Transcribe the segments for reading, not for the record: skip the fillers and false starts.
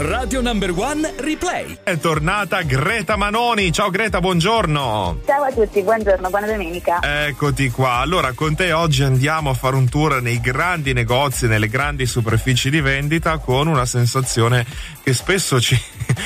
Radio Number One Replay. È tornata Greta Manoni. Ciao Greta, buongiorno. Ciao a tutti, buongiorno, buona domenica. Eccoti qua. Allora, con te oggi andiamo a fare un tour nei grandi negozi, nelle grandi superfici di vendita, con una sensazione che spesso ci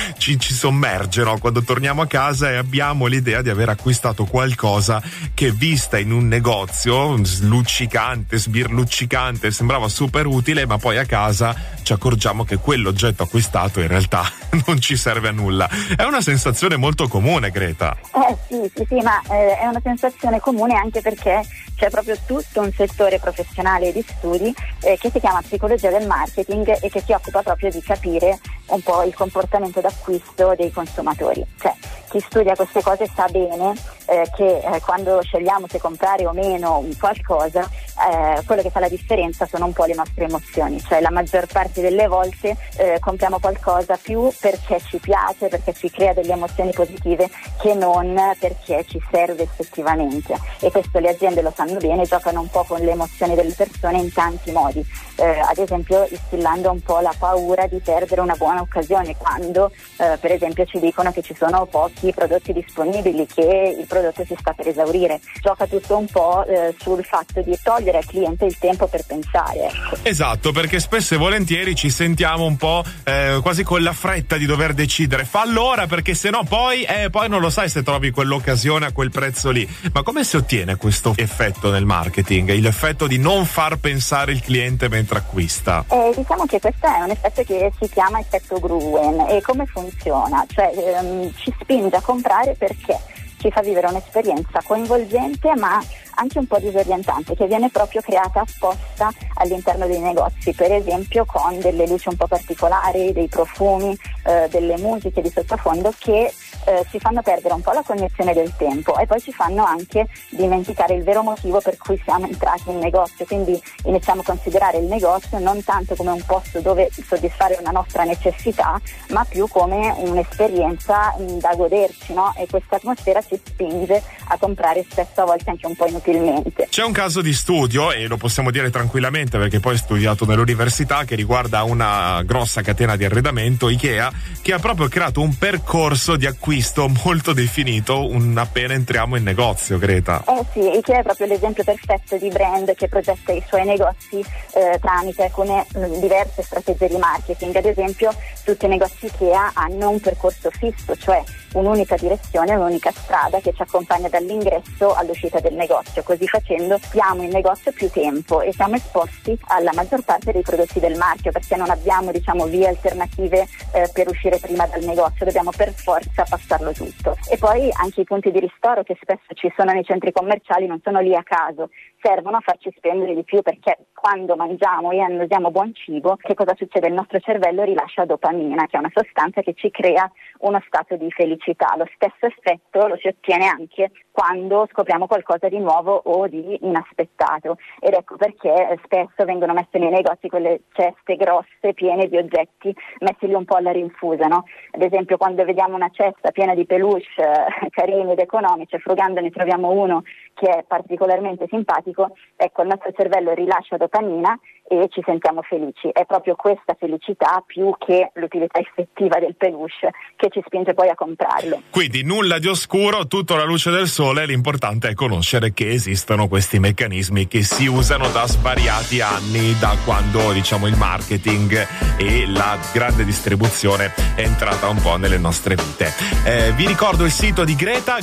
sommerge, no? Quando torniamo a casa e abbiamo l'idea di aver acquistato qualcosa che, vista in un negozio luccicante, sbirluccicante, sembrava super utile, ma poi a casa ci accorgiamo che quell'oggetto acquistato in realtà non ci serve a nulla. È una sensazione molto comune, Greta. Sì, ma è una sensazione comune anche perché c'è proprio tutto un settore professionale di studi che si chiama psicologia del marketing e che si occupa proprio di capire un po' il comportamento d'acquisto dei consumatori. Cioè, chi studia queste cose sa bene che quando scegliamo se comprare o meno un qualcosa, quello che fa la differenza sono un po' le nostre emozioni. Cioè, la maggior parte delle volte compriamo qualcosa più perché ci piace, perché ci crea delle emozioni positive, che non perché ci serve effettivamente. E questo le aziende lo sanno bene, giocano un po' con le emozioni delle persone in tanti modi, ad esempio instillando un po' la paura di perdere una buona occasione quando per esempio ci dicono che ci sono pochi prodotti disponibili, che il prodotto si sta per esaurire. Gioca tutto un po' sul fatto di togliere al cliente il tempo per pensare, ecco. Esatto, perché spesso e volentieri ci sentiamo un po' quasi con la fretta di dover decidere, fallo ora perché sennò poi non lo sai se trovi quell'occasione a quel prezzo lì. Ma come si ottiene questo effetto nel marketing, l'effetto di non far pensare il cliente mentre acquista? Diciamo che questo è un effetto che si chiama effetto Gruen. E come funziona? Cioè ci spinge a comprare perché ci fa vivere un'esperienza coinvolgente ma anche un po' disorientante, che viene proprio creata apposta all'interno dei negozi, per esempio con delle luci un po' particolari, dei profumi, delle musiche di sottofondo che ci fanno perdere un po' la cognizione del tempo e poi ci fanno anche dimenticare il vero motivo per cui siamo entrati in negozio. Quindi iniziamo a considerare il negozio non tanto come un posto dove soddisfare una nostra necessità, ma più come un'esperienza da goderci, no? E questa atmosfera ci spinge a comprare spesso, a volte anche un po' inutilmente. C'è un caso di studio, e lo possiamo dire tranquillamente perché poi ho studiato nell'università, che riguarda una grossa catena di arredamento, Ikea, che ha proprio creato un percorso di acquisto molto definito appena entriamo in negozio, Greta. Sì, Ikea è proprio l'esempio perfetto di brand che progetta i suoi negozi tramite alcune diverse strategie di marketing. Ad esempio, tutti i negozi Ikea hanno un percorso fisso, cioè un'unica direzione, un'unica strada che ci accompagna dall'ingresso all'uscita del negozio. Così facendo stiamo in negozio più tempo e siamo esposti alla maggior parte dei prodotti del marchio, perché non abbiamo, vie alternative per uscire prima dal negozio, dobbiamo per forza passarlo tutto. E poi anche i punti di ristoro che spesso ci sono nei centri commerciali non sono lì a caso, servono a farci spendere di più, perché quando mangiamo e annusiamo buon cibo, che cosa succede? Il nostro cervello rilascia dopamina, che è una sostanza che ci crea uno stato di felicità. Lo stesso effetto lo si ottiene anche quando scopriamo qualcosa di nuovo o di inaspettato, ed ecco perché spesso vengono messe nei negozi quelle ceste grosse piene di oggetti messi lì un po' alla rinfusa, no? Ad esempio, quando vediamo una cesta piena di peluche carini ed economici e frugando ne troviamo uno che è particolarmente simpatico, ecco, il nostro cervello rilascia dopamina e ci sentiamo felici. È proprio questa felicità, più che l'utilità effettiva del peluche, che ci spinge poi a comprarlo. Quindi nulla di oscuro, tutto alla luce del sole. L'importante è conoscere che esistono questi meccanismi che si usano da svariati anni, da quando il marketing e la grande distribuzione è entrata un po' nelle nostre vite. Vi ricordo il sito di Greta,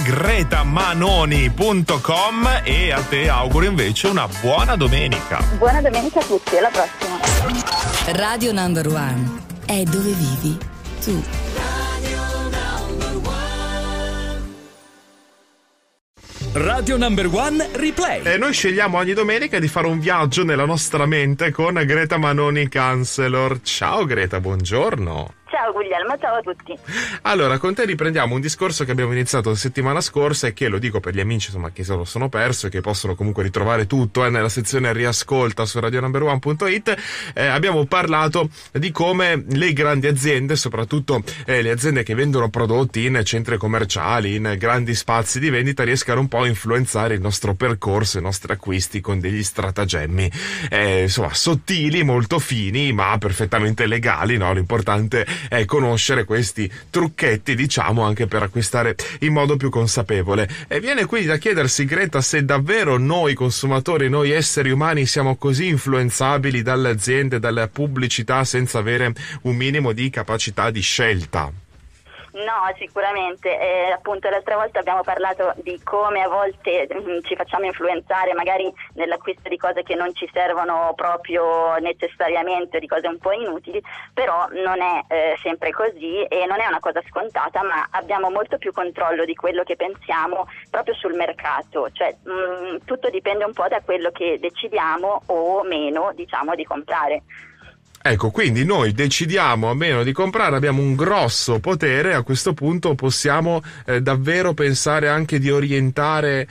gretamanoni.com, e a te auguro invece una buona domenica. Buona domenica a tutti, alla prossima. Radio Number One è dove vivi tu. Radio Number One Replay. E noi scegliamo ogni domenica di fare un viaggio nella nostra mente con Greta Manoni, counselor. Ciao Greta, buongiorno. Ciao Guglielmo, ciao a tutti. Allora, con te riprendiamo un discorso che abbiamo iniziato la settimana scorsa, e che, lo dico per gli amici che se lo sono perso e che possono comunque ritrovare tutto nella sezione riascolta su radionumber1.it. Abbiamo parlato di come le grandi aziende, soprattutto le aziende che vendono prodotti in centri commerciali, in grandi spazi di vendita, riescano un po' a influenzare il nostro percorso, i nostri acquisti con degli stratagemmi sottili, molto fini, ma perfettamente legali, no? L'importante conoscere questi trucchetti, diciamo, anche per acquistare in modo più consapevole. E viene quindi da chiedersi, Greta, se davvero noi consumatori, noi esseri umani, siamo così influenzabili dalle aziende, dalla pubblicità, senza avere un minimo di capacità di scelta. No, sicuramente. Appunto l'altra volta abbiamo parlato di come a volte ci facciamo influenzare magari nell'acquisto di cose che non ci servono proprio necessariamente, di cose un po' inutili, però non è sempre così e non è una cosa scontata, ma abbiamo molto più controllo di quello che pensiamo proprio sul mercato, cioè tutto dipende un po' da quello che decidiamo o meno, diciamo, di comprare. Ecco, quindi noi decidiamo a meno di comprare, abbiamo un grosso potere, a questo punto possiamo davvero pensare anche di orientare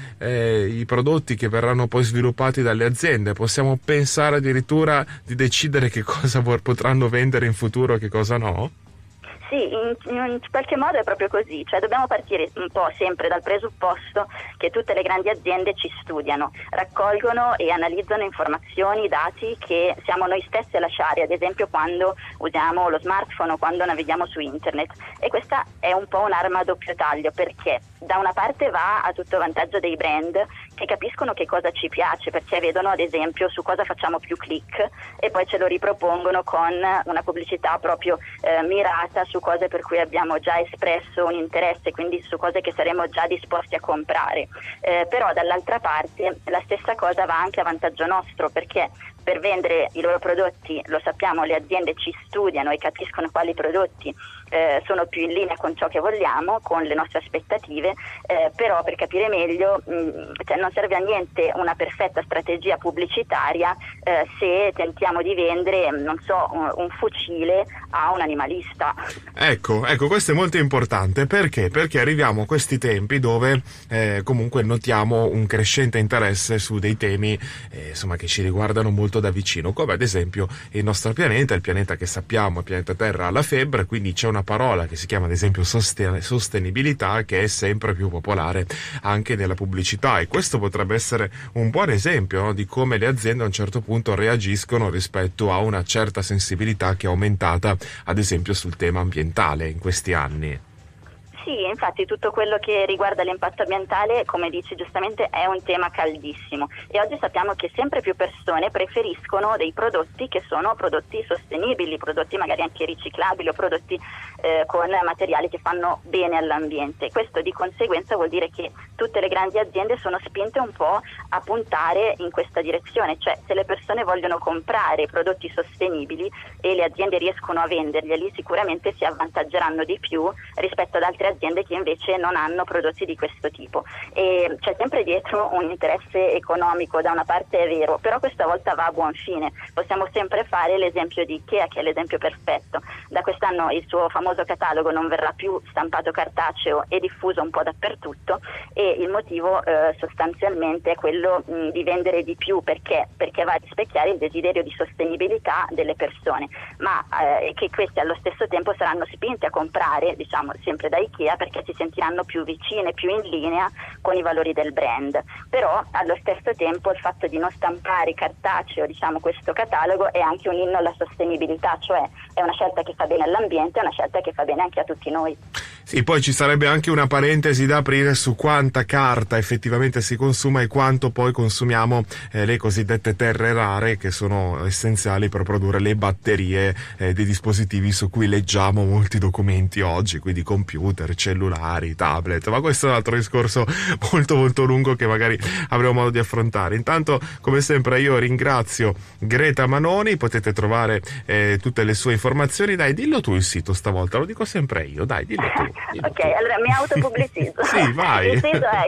i prodotti che verranno poi sviluppati dalle aziende, possiamo pensare addirittura di decidere che cosa potranno vendere in futuro e che cosa no? Sì, in qualche modo è proprio così, cioè dobbiamo partire un po' sempre dal presupposto che tutte le grandi aziende ci studiano, raccolgono e analizzano informazioni, dati che siamo noi stessi a lasciare, ad esempio quando usiamo lo smartphone o quando navighiamo su internet, e questa è un po' un'arma a doppio taglio, perché da una parte va a tutto vantaggio dei brand che capiscono che cosa ci piace, perché vedono ad esempio su cosa facciamo più click e poi ce lo ripropongono con una pubblicità proprio mirata su cose per cui abbiamo già espresso un interesse, quindi su cose che saremo già disposti a comprare. Però dall'altra parte la stessa cosa va anche a vantaggio nostro, perché per vendere i loro prodotti, lo sappiamo, le aziende ci studiano e capiscono quali prodotti sono più in linea con ciò che vogliamo, con le nostre aspettative, però per capire meglio cioè non serve a niente una perfetta strategia pubblicitaria se tentiamo di vendere, non so, un fucile a un animalista. Ecco, questo è molto importante, perché arriviamo a questi tempi dove comunque notiamo un crescente interesse su dei temi insomma che ci riguardano molto da vicino, come ad esempio il nostro pianeta, il pianeta che sappiamo, il pianeta Terra, ha la febbre, quindi c'è una parola che si chiama ad esempio sostenibilità, che è sempre più popolare anche nella pubblicità, e questo potrebbe essere un buon esempio, no, di come le aziende a un certo punto reagiscono rispetto a una certa sensibilità che è aumentata ad esempio sul tema ambientale in questi anni. Sì, infatti tutto quello che riguarda l'impatto ambientale, come dici giustamente, è un tema caldissimo e oggi sappiamo che sempre più persone preferiscono dei prodotti che sono prodotti sostenibili, prodotti magari anche riciclabili o prodotti con materiali che fanno bene all'ambiente. Questo di conseguenza vuol dire che tutte le grandi aziende sono spinte un po' a puntare in questa direzione, cioè se le persone vogliono comprare prodotti sostenibili e le aziende riescono a venderglieli, sicuramente si avvantaggeranno di più rispetto ad altre aziende che invece non hanno prodotti di questo tipo. E c'è sempre dietro un interesse economico, da una parte è vero, però questa volta va a buon fine. Possiamo sempre fare l'esempio di Ikea, che è l'esempio perfetto. Da quest'anno il suo famoso catalogo non verrà più stampato cartaceo e diffuso un po' dappertutto, e il motivo sostanzialmente è quello di vendere di più, perché va a rispecchiare il desiderio di sostenibilità delle persone, ma che questi allo stesso tempo saranno spinti a comprare, diciamo, sempre da Ikea, perché si sentiranno più vicine, più in linea con i valori del brand. Però allo stesso tempo il fatto di non stampare cartaceo, diciamo, questo catalogo è anche un inno alla sostenibilità, cioè è una scelta che fa bene all'ambiente, è una scelta che fa bene anche a tutti noi. Sì, poi ci sarebbe anche una parentesi da aprire su quanta carta effettivamente si consuma e quanto poi consumiamo le cosiddette terre rare, che sono essenziali per produrre le batterie dei dispositivi su cui leggiamo molti documenti oggi, quindi computer, cellulari, tablet, ma questo è un altro discorso molto molto lungo che magari avremo modo di affrontare. Intanto, come sempre, io ringrazio Greta Manoni, potete trovare tutte le sue informazioni. Dai, dillo tu il sito stavolta, lo dico sempre io, dai, dillo tu. Ok, allora mi autopubblicizzo. Sì, vai. Il sito è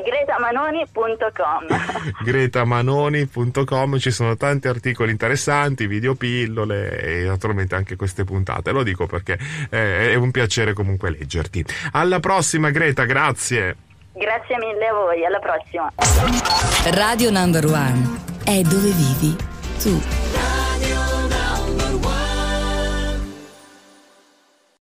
gretamanoni.com. gretamanoni.com, ci sono tanti articoli interessanti, videopillole e naturalmente anche queste puntate. Lo dico perché è un piacere comunque leggerti. Alla prossima, Greta, grazie. Grazie mille a voi, alla prossima. Radio Number One è dove vivi tu.